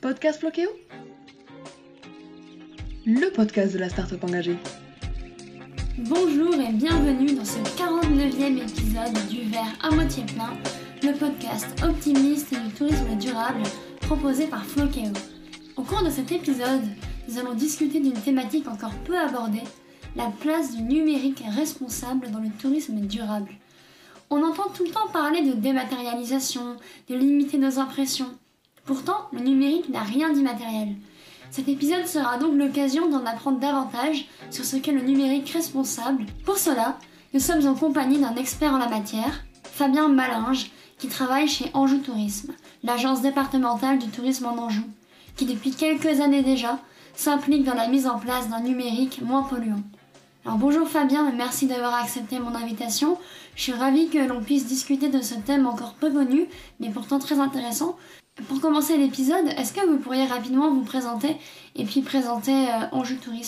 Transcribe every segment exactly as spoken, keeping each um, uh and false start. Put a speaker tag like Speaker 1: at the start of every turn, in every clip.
Speaker 1: Podcast Floqueo, le podcast de la start-up engagée.
Speaker 2: Bonjour et bienvenue dans ce quarante-neuvième épisode du verre à moitié plein, le podcast optimiste du tourisme durable proposé par Floqueo. Au cours de cet épisode, nous allons discuter d'une thématique encore peu abordée, la place du numérique responsable dans le tourisme durable. On entend tout le temps parler de dématérialisation, de limiter nos impressions. Pourtant, le numérique n'a rien d'immatériel. Cet épisode sera donc l'occasion d'en apprendre davantage sur ce qu'est le numérique responsable. Pour cela, nous sommes en compagnie d'un expert en la matière, Fabien Malinge, qui travaille chez Anjou Tourisme, l'agence départementale du tourisme en Anjou, qui depuis quelques années déjà s'implique dans la mise en place d'un numérique moins polluant. Alors bonjour Fabien et merci d'avoir accepté mon invitation. Je suis ravie que l'on puisse discuter de ce thème encore peu connu, mais pourtant très intéressant. Pour commencer l'épisode, est-ce que vous pourriez rapidement vous présenter et puis présenter euh, Anjou Tourisme ?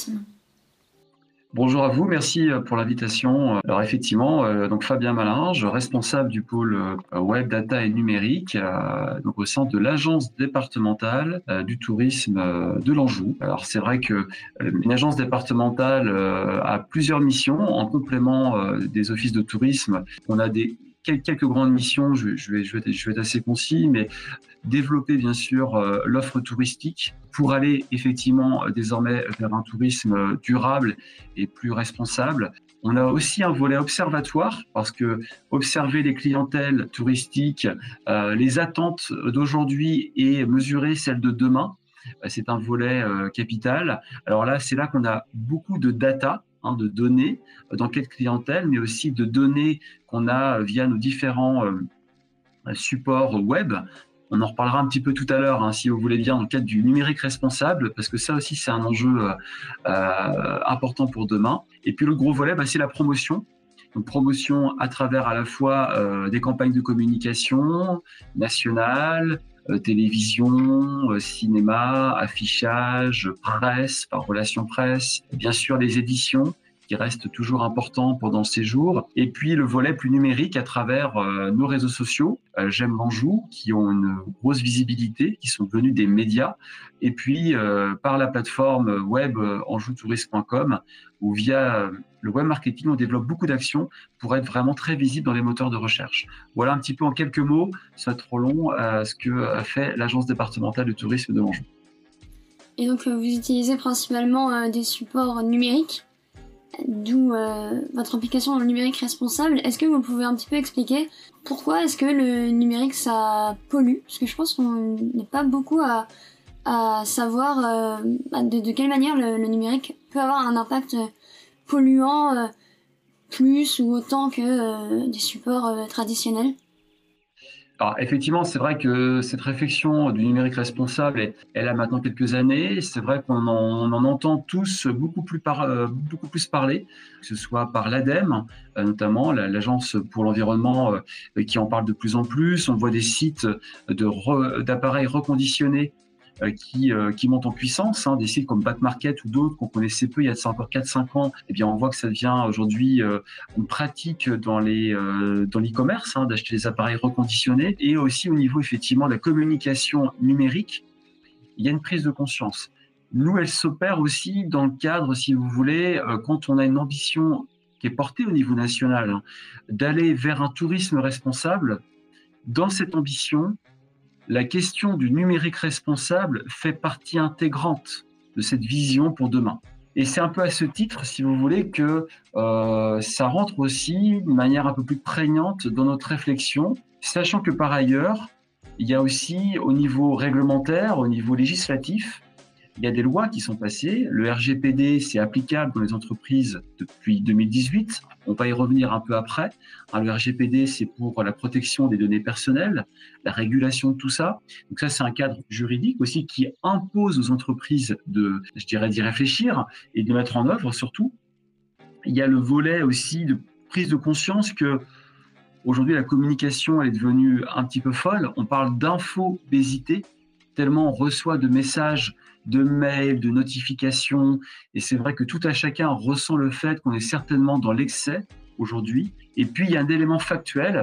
Speaker 3: Bonjour à vous, merci pour l'invitation. Alors effectivement, euh, donc Fabien Malinge, responsable du pôle euh, web, data et numérique, euh, donc au sein de l'agence départementale euh, du tourisme euh, de l'Anjou. Alors c'est vrai que euh, une agence départementale euh, a plusieurs missions en complément euh, des offices de tourisme. On a des quelques grandes missions, je, je, vais, je, vais être, je vais être assez concis, mais développer bien sûr euh, l'offre touristique pour aller effectivement euh, désormais vers un tourisme euh, durable et plus responsable. On a aussi un volet observatoire parce que observer les clientèles touristiques, euh, les attentes d'aujourd'hui et mesurer celles de demain, euh, c'est un volet euh, capital. Alors là, c'est là qu'on a beaucoup de data, hein, de données euh, d'enquête clientèle, mais aussi de données qu'on a via nos différents euh, supports web. On en reparlera un petit peu tout à l'heure, hein, si vous voulez bien, dans le cadre du numérique responsable, parce que ça aussi, c'est un enjeu euh, important pour demain. Et puis, le gros volet, bah, c'est la promotion. Donc, promotion à travers à la fois euh, des campagnes de communication nationales, euh, télévision, euh, cinéma, affichage, presse, par relation presse, bien sûr les éditions, qui reste toujours important pendant ces jours. Et puis le volet plus numérique à travers euh, nos réseaux sociaux, euh, J'aime l'Anjou, qui ont une grosse visibilité, qui sont devenus des médias. Et puis euh, par la plateforme web euh, anjou tourisme point com, où via euh, le web marketing, on développe beaucoup d'actions pour être vraiment très visible dans les moteurs de recherche. Voilà un petit peu en quelques mots, c'est trop long, euh, ce que a fait l'agence départementale de tourisme de l'Anjou.
Speaker 2: Et donc euh, vous utilisez principalement euh, des supports numériques, d'où euh, votre implication dans le numérique responsable. Est-ce que vous pouvez un petit peu expliquer pourquoi est-ce que le numérique ça pollue ? Parce que je pense qu'on n'est pas beaucoup à, à savoir euh, de, de quelle manière le, le numérique peut avoir un impact polluant euh, plus ou autant que euh, des supports euh, traditionnels.
Speaker 3: Alors effectivement, c'est vrai que cette réflexion du numérique responsable, elle a maintenant quelques années. C'est vrai qu'on en, on en entend tous beaucoup plus, par, euh, beaucoup plus parler, que ce soit par l'ADEME, euh, notamment l'Agence pour l'environnement euh, qui en parle de plus en plus. On voit des sites de re, d'appareils reconditionnés euh, qui, euh, qui montent en puissance, hein, des sites comme Back Market ou d'autres qu'on connaissait peu il y a encore quatre cinq ans. Eh bien, on voit que ça devient aujourd'hui euh, une pratique dans, les, euh, dans l'e-commerce, hein, d'acheter des appareils reconditionnés. Et aussi au niveau effectivement de la communication numérique, il y a une prise de conscience. Nous, elle s'opère aussi dans le cadre, si vous voulez, euh, quand on a une ambition qui est portée au niveau national, hein, d'aller vers un tourisme responsable. Dans cette ambition, la question du numérique responsable fait partie intégrante de cette vision pour demain. Et c'est un peu à ce titre, si vous voulez, que euh, ça rentre aussi de manière un peu plus prégnante dans notre réflexion, sachant que par ailleurs, il y a aussi au niveau réglementaire, au niveau législatif, il y a des lois qui sont passées. Le R G P D, c'est applicable dans les entreprises depuis deux mille dix-huit. On va y revenir un peu après. Le R G P D, c'est pour la protection des données personnelles, la régulation de tout ça. Donc ça, c'est un cadre juridique aussi qui impose aux entreprises de, je dirais, d'y réfléchir et de les mettre en œuvre surtout. Il y a le volet aussi de prise de conscience que aujourd'hui, la communication, elle est devenue un petit peu folle. On parle d'infobésité, tellement on reçoit de messages, de mails, de notifications. Et c'est vrai que tout à chacun ressent le fait qu'on est certainement dans l'excès aujourd'hui. Et puis, il y a un élément factuel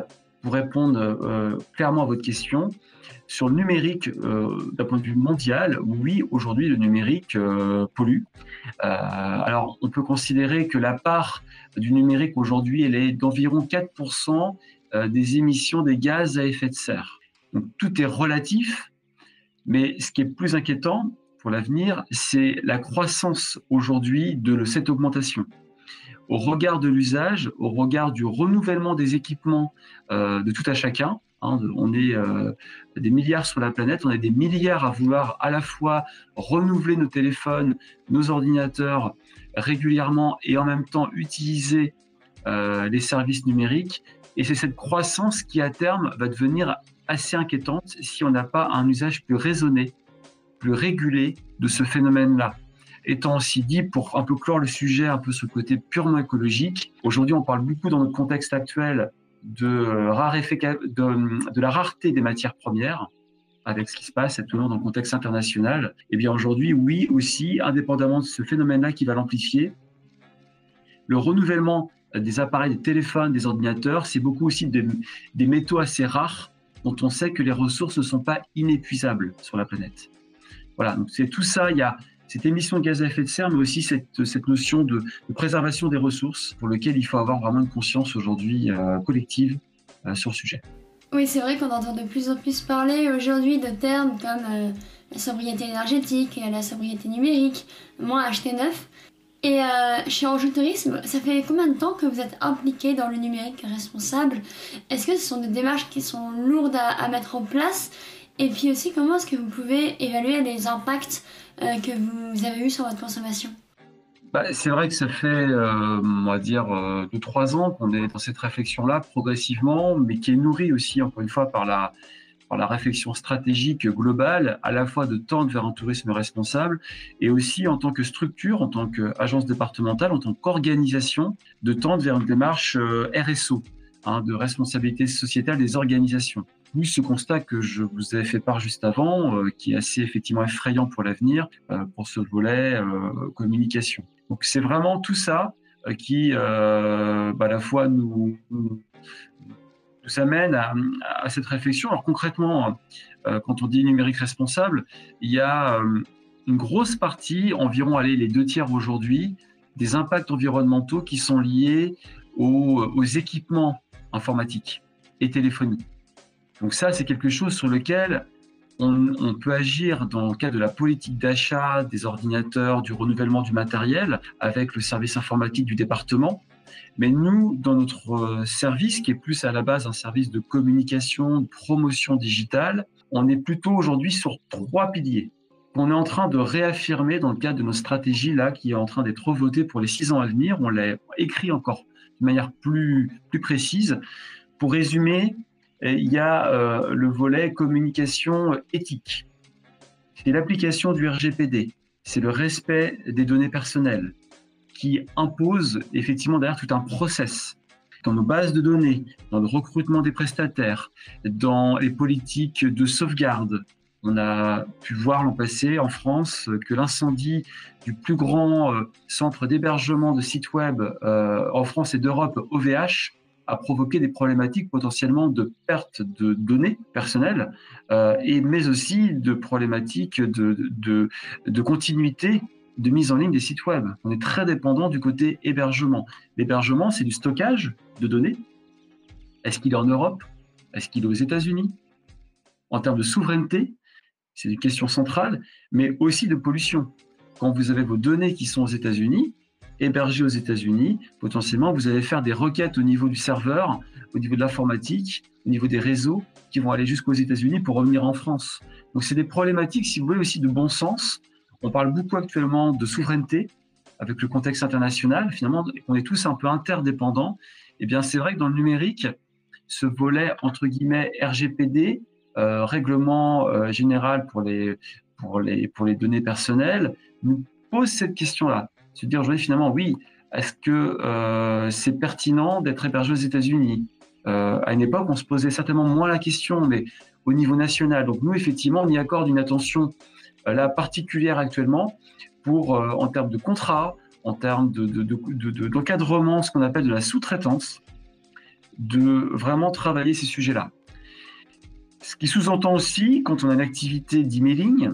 Speaker 3: pour répondre euh, clairement à votre question, sur le numérique, euh, d'un point de vue mondial, oui, aujourd'hui, le numérique euh, pollue. Euh, alors, on peut considérer que la part du numérique aujourd'hui, elle est d'environ quatre pour cent des émissions des gaz à effet de serre. Donc, tout est relatif, mais ce qui est plus inquiétant pour l'avenir, c'est la croissance aujourd'hui de cette augmentation. Au regard de l'usage, au regard du renouvellement des équipements euh, de tout à chacun, hein, on est euh, des milliards sur la planète, on est des milliards à vouloir à la fois renouveler nos téléphones, nos ordinateurs régulièrement et en même temps utiliser euh, les services numériques. Et c'est cette croissance qui, à terme, va devenir assez inquiétante si on n'a pas un usage plus raisonné, plus régulé de ce phénomène-là. Étant aussi dit, pour un peu clore le sujet, un peu ce côté purement écologique, aujourd'hui on parle beaucoup dans notre contexte actuel de, raréfica- de, de la rareté des matières premières, avec ce qui se passe actuellement dans le contexte international. Et bien aujourd'hui, oui aussi, indépendamment de ce phénomène-là qui va l'amplifier, le renouvellement des appareils, des téléphones, des ordinateurs, c'est beaucoup aussi de, des métaux assez rares dont on sait que les ressources ne sont pas inépuisables sur la planète. Voilà, donc c'est tout ça, il y a cette émission de gaz à effet de serre, mais aussi cette, cette notion de, de préservation des ressources pour laquelle il faut avoir vraiment une conscience aujourd'hui euh, collective euh, sur le sujet.
Speaker 2: Oui, c'est vrai qu'on entend de plus en plus parler aujourd'hui de termes comme euh, la sobriété énergétique, la sobriété numérique, moins acheter neuf. Et euh, chez Anjou Tourisme, ça fait combien de temps que vous êtes impliqué dans le numérique responsable? Est-ce que ce sont des démarches qui sont lourdes à, à mettre en place? Et puis aussi, comment est-ce que vous pouvez évaluer les impacts euh, que vous avez eus sur votre consommation?
Speaker 3: Bah, c'est vrai que ça fait, euh, on va dire, euh, deux, trois ans qu'on est dans cette réflexion-là, progressivement, mais qui est nourrie aussi, encore une fois, par la, par la réflexion stratégique globale, à la fois de tendre vers un tourisme responsable, et aussi en tant que structure, en tant qu'agence départementale, en tant qu'organisation, de tendre vers une démarche euh, R S O, hein, de responsabilité sociétale des organisations. Nous, ce constat que je vous ai fait part juste avant, euh, qui est assez effectivement effrayant pour l'avenir, euh, pour ce volet euh, communication. Donc c'est vraiment tout ça euh, qui, euh, bah, à la fois nous, nous, nous amène à, à cette réflexion. Alors concrètement, euh, quand on dit numérique responsable, il y a euh, une grosse partie, environ allez, les deux tiers aujourd'hui, des impacts environnementaux qui sont liés aux, aux équipements informatiques et téléphoniques. Donc ça, c'est quelque chose sur lequel on, on peut agir dans le cadre de la politique d'achat des ordinateurs, du renouvellement du matériel avec le service informatique du département. Mais nous, dans notre service, qui est plus à la base un service de communication, de promotion digitale, on est plutôt aujourd'hui sur trois piliers qu'on est en train de réaffirmer dans le cadre de nos stratégies là, qui est en train d'être votée pour les six ans à venir. On l'a écrit encore de manière plus, plus précise. Pour résumer, il y a euh, le volet communication éthique. C'est l'application du R G P D. C'est le respect des données personnelles qui impose effectivement derrière tout un process dans nos bases de données, dans le recrutement des prestataires, dans les politiques de sauvegarde. On a pu voir l'an passé en France que l'incendie du plus grand euh, centre d'hébergement de sites web euh, en France et d'Europe, O V H, a provoqué des problématiques potentiellement de perte de données personnelles, euh, et, mais aussi de problématiques de, de, de continuité de mise en ligne des sites web. On est très dépendant du côté hébergement. L'hébergement, c'est du stockage de données. Est-ce qu'il est en Europe? Est-ce qu'il est aux États-Unis? En termes de souveraineté, c'est une question centrale, mais aussi de pollution. Quand vous avez vos données qui sont aux États-Unis, hébergées aux États-Unis, potentiellement, vous allez faire des requêtes au niveau du serveur, au niveau de l'informatique, au niveau des réseaux qui vont aller jusqu'aux États-Unis pour revenir en France. Donc, c'est des problématiques, si vous voulez, aussi de bon sens. On parle beaucoup actuellement de souveraineté avec le contexte international. Finalement, on est tous un peu interdépendants. Eh bien, c'est vrai que dans le numérique, ce volet, entre guillemets, R G P D, euh, règlement euh, général pour les, pour, les, pour les données personnelles, nous pose cette question-là. Se dire aujourd'hui, finalement, oui, est-ce que euh, c'est pertinent d'être hébergé aux États-Unis? euh, À une époque, on se posait certainement moins la question, mais au niveau national. Donc nous, effectivement, on y accorde une attention euh, là, particulière actuellement pour, euh, en termes de contrat, en termes de, de, de, de, de, d'encadrement, ce qu'on appelle de la sous-traitance. de vraiment travailler ces sujets-là. Ce qui sous-entend aussi, quand on a une activité d'emailing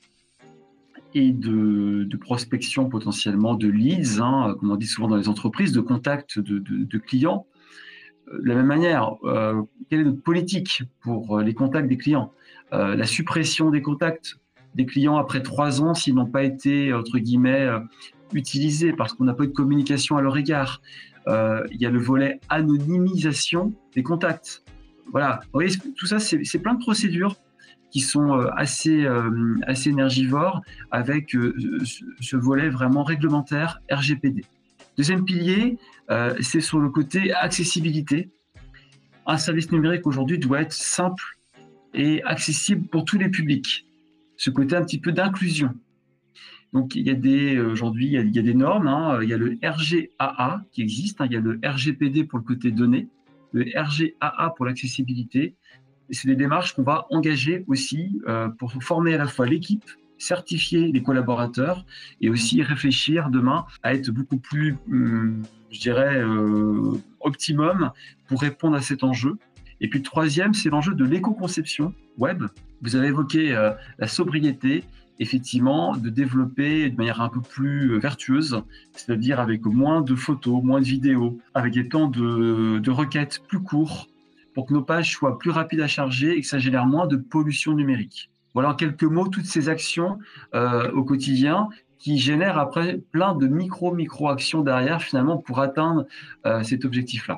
Speaker 3: et de, de prospection potentiellement, de leads, hein, comme on dit souvent dans les entreprises, de contact de, de, de clients, de la même manière, euh, quelle est notre politique pour les contacts des clients ? euh, La suppression des contacts des clients après trois ans s'ils n'ont pas été, entre guillemets, euh, utilisés parce qu'on n'a pas eu de communication à leur égard. Euh, il y a le volet anonymisation des contacts. Voilà, vous voyez, tout ça, c'est, c'est plein de procédures qui sont euh, assez, euh, assez énergivores avec euh, ce, ce volet vraiment réglementaire R G P D. Deuxième pilier, euh, c'est sur le côté accessibilité. Un service numérique aujourd'hui doit être simple et accessible pour tous les publics. Ce côté un petit peu d'inclusion. Donc, il y a des, aujourd'hui, il y a, il y a des normes. Hein. Il y a le R G A A qui existe. Hein. Il y a le R G P D pour le côté données, le R G A A pour l'accessibilité. Et c'est des démarches qu'on va engager aussi euh, pour former à la fois l'équipe, certifier les collaborateurs et aussi réfléchir demain à être beaucoup plus, hum, je dirais, euh, optimum pour répondre à cet enjeu. Et puis le troisième, c'est l'enjeu de l'éco-conception web. Vous avez évoqué euh, la sobriété, effectivement, de développer de manière un peu plus vertueuse, c'est-à-dire avec moins de photos, moins de vidéos, avec des temps de, de requêtes plus courts, pour que nos pages soient plus rapides à charger et que ça génère moins de pollution numérique. Voilà en quelques mots toutes ces actions euh, au quotidien qui génèrent après plein de micro-micro-actions derrière finalement pour atteindre euh, cet objectif-là.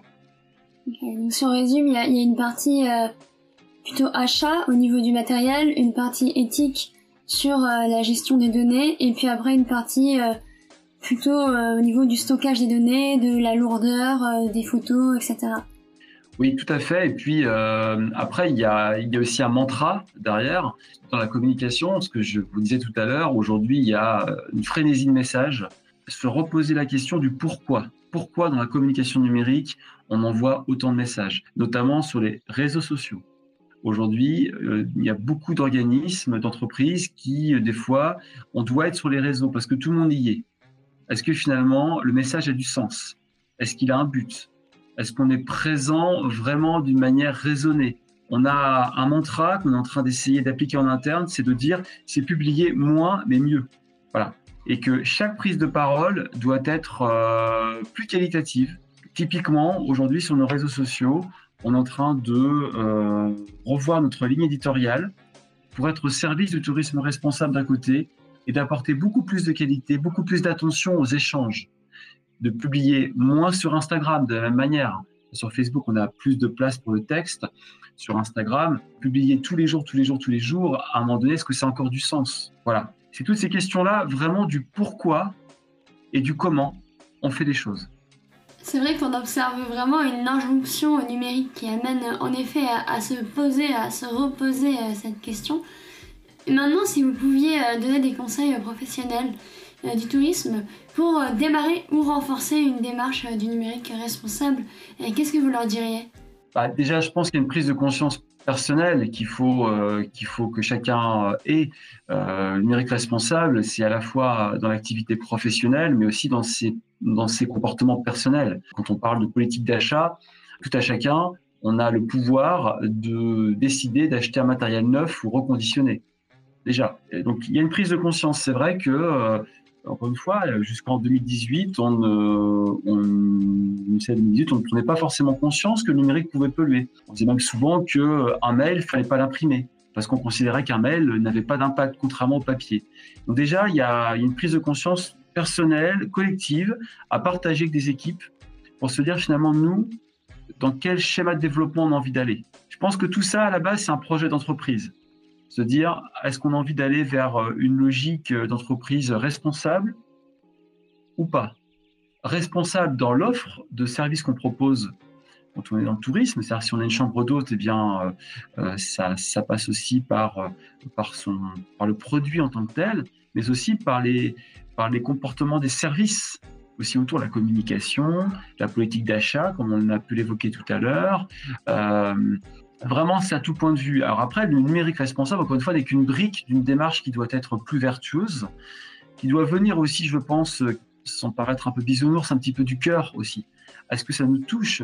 Speaker 2: Okay, donc si on résume, il y a, il y a une partie euh, plutôt achat au niveau du matériel, une partie éthique sur euh, la gestion des données et puis après une partie euh, plutôt euh, au niveau du stockage des données, de la lourdeur, euh, des photos, et cetera.
Speaker 3: Oui, tout à fait. Et puis euh, après, il y a, il y a aussi un mantra derrière dans la communication. Ce que je vous disais tout à l'heure, aujourd'hui, il y a une frénésie de messages. Se reposer la question du pourquoi. Pourquoi dans la communication numérique, on envoie autant de messages, notamment sur les réseaux sociaux. Aujourd'hui, euh, il y a beaucoup d'organismes, d'entreprises qui, euh, des fois, on doit être sur les réseaux parce que tout le monde y est. Est-ce que finalement, le message a du sens ? Est-ce qu'il a un but ? Est-ce qu'on est présent vraiment d'une manière raisonnée ? On a un mantra qu'on est en train d'essayer d'appliquer en interne, c'est de dire c'est publier moins mais mieux. Voilà. Et que chaque prise de parole doit être euh, plus qualitative. Typiquement, aujourd'hui, sur nos réseaux sociaux, on est en train de euh, revoir notre ligne éditoriale pour être au service du tourisme responsable d'un côté et d'apporter beaucoup plus de qualité, beaucoup plus d'attention aux échanges. De publier moins sur Instagram de la même manière. Sur Facebook, on a plus de place pour le texte. Sur Instagram, publier tous les jours, tous les jours, tous les jours, à un moment donné, est-ce que ça a encore du sens ? Voilà. C'est toutes ces questions-là, vraiment du pourquoi et du comment on fait les choses.
Speaker 2: C'est vrai qu'on observe vraiment une injonction au numérique qui amène en effet à, à se poser, à se reposer cette question. Et maintenant, si vous pouviez donner des conseils professionnels du tourisme pour démarrer ou renforcer une démarche du numérique responsable, qu'est-ce que vous leur diriez ?
Speaker 3: Bah, déjà, je pense qu'il y a une prise de conscience personnelle qu'il faut, euh, qu'il faut que chacun ait. Euh, le numérique responsable, c'est à la fois dans l'activité professionnelle, mais aussi dans ses, dans ses comportements personnels. Quand on parle de politique d'achat, tout à chacun, on a le pouvoir de décider d'acheter un matériel neuf ou reconditionné. Déjà. Et donc, il y a une prise de conscience. C'est vrai que euh, encore une fois, jusqu'en deux mille dix-huit, on ne, on, deux mille dix-huit, on ne prenait pas forcément conscience que le numérique pouvait polluer. On disait même souvent qu'un mail, il ne fallait pas l'imprimer, parce qu'on considérait qu'un mail n'avait pas d'impact, contrairement au papier. Donc déjà, il y a une prise de conscience personnelle, collective, à partager avec des équipes, pour se dire finalement, nous, dans quel schéma de développement on a envie d'aller. Je pense que tout ça, à la base, c'est un projet d'entreprise. Se dire, est-ce qu'on a envie d'aller vers une logique d'entreprise responsable ou pas ? Responsable dans l'offre de services qu'on propose quand on est dans le tourisme, c'est-à-dire si on a une chambre d'hôte, eh bien, euh, ça, ça passe aussi par, par, son, par le produit en tant que tel, mais aussi par les, par les comportements des services, aussi autour de la communication, la politique d'achat, comme on a pu l'évoquer tout à l'heure. Euh, Vraiment, c'est à tout point de vue. Alors après, le numérique responsable, encore une fois, n'est qu'une brique d'une démarche qui doit être plus vertueuse, qui doit venir aussi, je pense, sans paraître un peu bisounours, un petit peu du cœur aussi. Est-ce que ça nous touche vraiment ?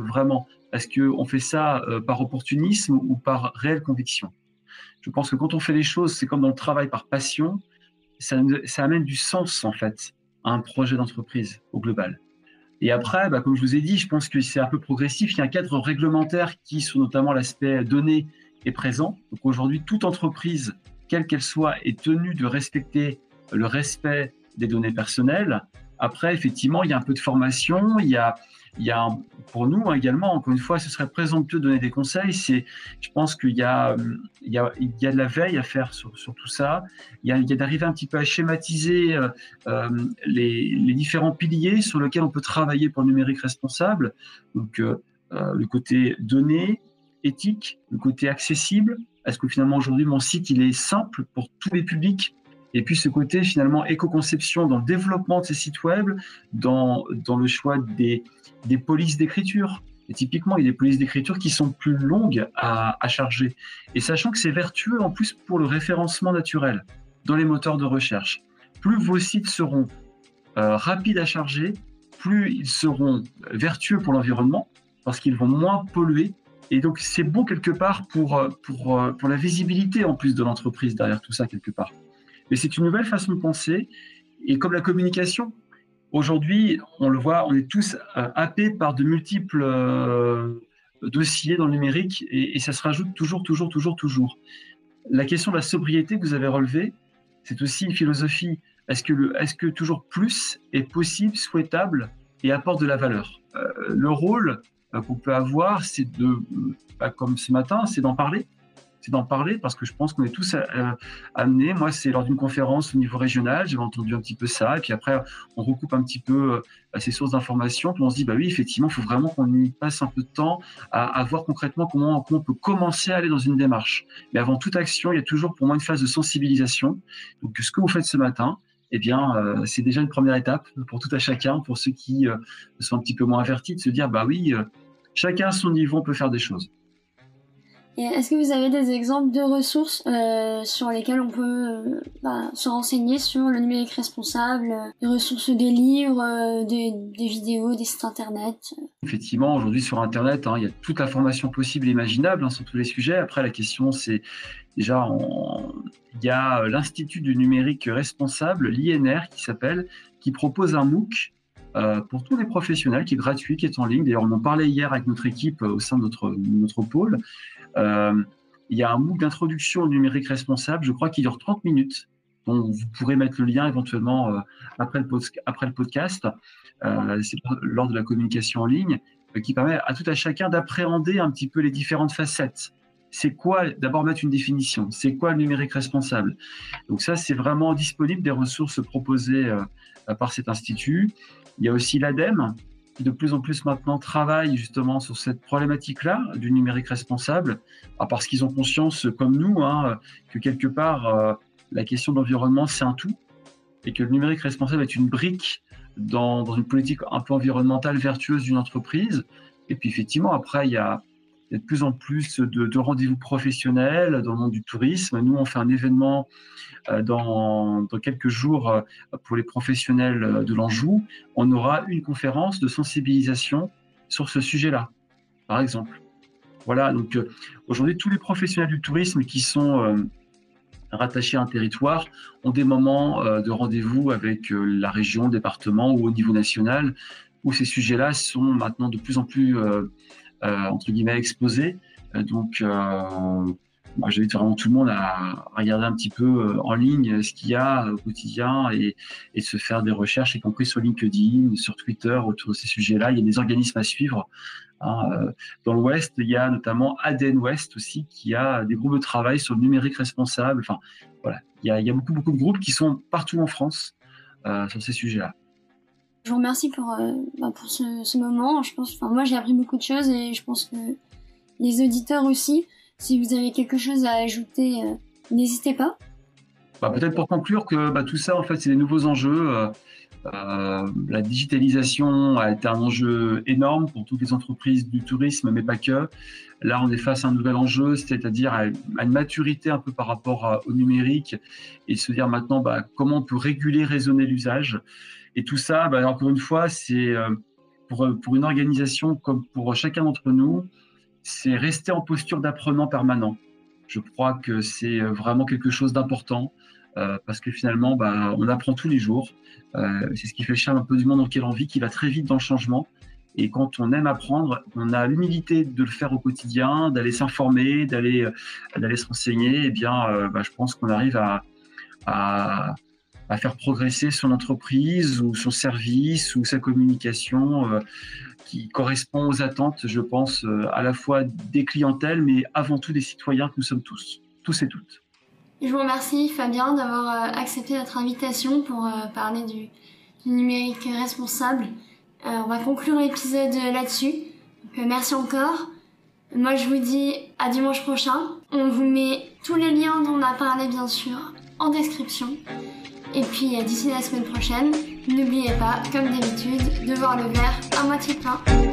Speaker 3: Est-ce qu'on fait ça euh, par opportunisme ou par réelle conviction? Je pense que quand on fait les choses, c'est comme dans le travail par passion, ça, ça amène du sens en fait à un projet d'entreprise au global. Et après, bah, comme je vous ai dit, je pense que c'est un peu progressif. Il y a un cadre réglementaire qui, sur notamment l'aspect données, est présent. Donc aujourd'hui, toute entreprise, quelle qu'elle soit, est tenue de respecter le respect des données personnelles. Après, effectivement, il y a un peu de formation. Il y a, il y a un, pour nous hein, également, encore une fois, ce serait présomptueux de donner des conseils. C'est, je pense qu'il y a, il y a, il y a de la veille à faire sur, sur tout ça. Il y a, il y a d'arriver un petit peu à schématiser euh, euh, les, les différents piliers sur lesquels on peut travailler pour le numérique responsable. Donc, euh, euh, le côté données, éthique, le côté accessible. Est-ce que finalement aujourd'hui mon site il est simple pour tous les publics? Et puis ce côté finalement éco-conception dans le développement de ces sites web, dans, dans le choix des, des polices d'écriture. Et typiquement, il y a des polices d'écriture qui sont plus longues à, à charger. Et sachant que c'est vertueux en plus pour le référencement naturel dans les moteurs de recherche. Plus vos sites seront euh, rapides à charger, plus ils seront vertueux pour l'environnement parce qu'ils vont moins polluer. Et donc, c'est bon quelque part pour, pour, pour la visibilité en plus de l'entreprise derrière tout ça quelque part. Mais c'est une nouvelle façon de penser. Et comme la communication, aujourd'hui, on le voit, on est tous euh, happés par de multiples euh, dossiers dans le numérique et, et ça se rajoute toujours, toujours, toujours, toujours. La question de la sobriété que vous avez relevée, c'est aussi une philosophie. Est-ce que, le, est-ce que toujours plus est possible, souhaitable et apporte de la valeur? euh, Le rôle qu'on peut avoir, c'est de, bah, comme ce matin, c'est d'en parler. C'est d'en parler parce que je pense qu'on est tous euh, amenés. Moi, c'est lors d'une conférence au niveau régional, j'avais entendu un petit peu ça. Et puis après, on recoupe un petit peu euh, ces sources d'informations. Puis on se dit, bah oui, effectivement, il faut vraiment qu'on y passe un peu de temps à, à voir concrètement comment, comment on peut commencer à aller dans une démarche. Mais avant toute action, il y a toujours pour moi une phase de sensibilisation. Donc, ce que vous faites ce matin, eh bien, euh, c'est déjà une première étape pour tout à chacun, pour ceux qui euh, sont un petit peu moins avertis, de se dire, bah oui, euh, chacun à son niveau, on peut faire des choses.
Speaker 2: Et est-ce que vous avez des exemples de ressources euh, sur lesquelles on peut euh, bah, se renseigner sur le numérique responsable, des ressources, des livres, euh, des, des vidéos, des sites internet?
Speaker 3: Effectivement, aujourd'hui sur Internet, hein, il y a toute la formation possible et imaginable hein, sur tous les sujets. Après, la question, c'est déjà, on... il y a l'Institut du numérique responsable, l'I N R, qui s'appelle, qui propose un MOOC euh, pour tous les professionnels, qui est gratuit, qui est en ligne. D'ailleurs, on en parlait hier avec notre équipe euh, au sein de notre, notre pôle. Euh, il y a un MOOC d'introduction au numérique responsable, je crois qu'il dure trente minutes, dont vous pourrez mettre le lien éventuellement euh, après, le pod- après le podcast, euh, c'est lors de la communication en ligne, euh, qui permet à tout à chacun d'appréhender un petit peu les différentes facettes. C'est quoi, d'abord mettre une définition, c'est quoi le numérique responsable? Donc ça, c'est vraiment disponible, des ressources proposées euh, par cet institut. Il y a aussi l'ADEME, qui de plus en plus maintenant travaillent justement sur cette problématique-là du numérique responsable, parce qu'ils ont conscience, comme nous, hein, que quelque part, euh, la question de l'environnement, c'est un tout, et que le numérique responsable est une brique dans, dans une politique un peu environnementale vertueuse d'une entreprise. Et puis effectivement, après, il y a, il y a de plus en plus de, de rendez-vous professionnels dans le monde du tourisme. Nous, on fait un événement euh, dans, dans quelques jours euh, pour les professionnels de l'Anjou. On aura une conférence de sensibilisation sur ce sujet-là, par exemple. Voilà, donc euh, aujourd'hui, tous les professionnels du tourisme qui sont euh, rattachés à un territoire ont des moments euh, de rendez-vous avec euh, la région, le département ou au niveau national, où ces sujets-là sont maintenant de plus en plus euh, euh, entre guillemets exposés. Euh, donc, euh, moi, j'invite vraiment tout le monde à regarder un petit peu euh, en ligne ce qu'il y a au quotidien et, et se faire des recherches, y compris sur LinkedIn, sur Twitter, autour de ces sujets-là. Il y a des organismes à suivre. Hein. Dans l'Ouest, il y a notamment A D N Ouest aussi, qui a des groupes de travail sur le numérique responsable. Enfin, voilà, il y a, il y a beaucoup, beaucoup de groupes qui sont partout en France euh, sur ces sujets-là.
Speaker 2: Je vous remercie pour, euh, bah, pour ce, ce moment. Je pense, enfin, moi, j'ai appris beaucoup de choses et je pense que les auditeurs aussi. Si vous avez quelque chose à ajouter, euh, n'hésitez pas.
Speaker 3: Bah, peut-être pour conclure que bah, tout ça, en fait, c'est des nouveaux enjeux. Euh, euh, la digitalisation a été un enjeu énorme pour toutes les entreprises du tourisme, mais pas que. Là, on est face à un nouvel enjeu, c'est-à-dire à une maturité un peu par rapport à, au numérique et se dire maintenant bah, comment on peut réguler, raisonner l'usage. Et tout ça, bah, encore une fois, c'est, euh, pour, pour une organisation comme pour chacun d'entre nous, c'est rester en posture d'apprenant permanent. Je crois que c'est vraiment quelque chose d'important euh, parce que finalement, bah, on apprend tous les jours. Euh, c'est ce qui fait le charme un peu du monde dans lequel on vit, qui va très vite dans le changement. Et quand on aime apprendre, on a l'humilité de le faire au quotidien, d'aller s'informer, d'aller, d'aller se renseigner. Et bien, euh, bah, je pense qu'on arrive à, à, à faire progresser son entreprise ou son service ou sa communication euh, qui correspond aux attentes, je pense, euh, à la fois des clientèles, mais avant tout des citoyens que nous sommes tous, tous et toutes.
Speaker 2: Je vous remercie Fabien d'avoir euh, accepté notre invitation pour euh, parler du, du numérique responsable. Euh, on va conclure l'épisode là-dessus. Donc, euh, merci encore. Moi, je vous dis à dimanche prochain. On vous met tous les liens dont on a parlé, bien sûr, en description. Et puis, euh, d'ici la semaine prochaine, n'oubliez pas, comme d'habitude, de voir le verre à moitié plein.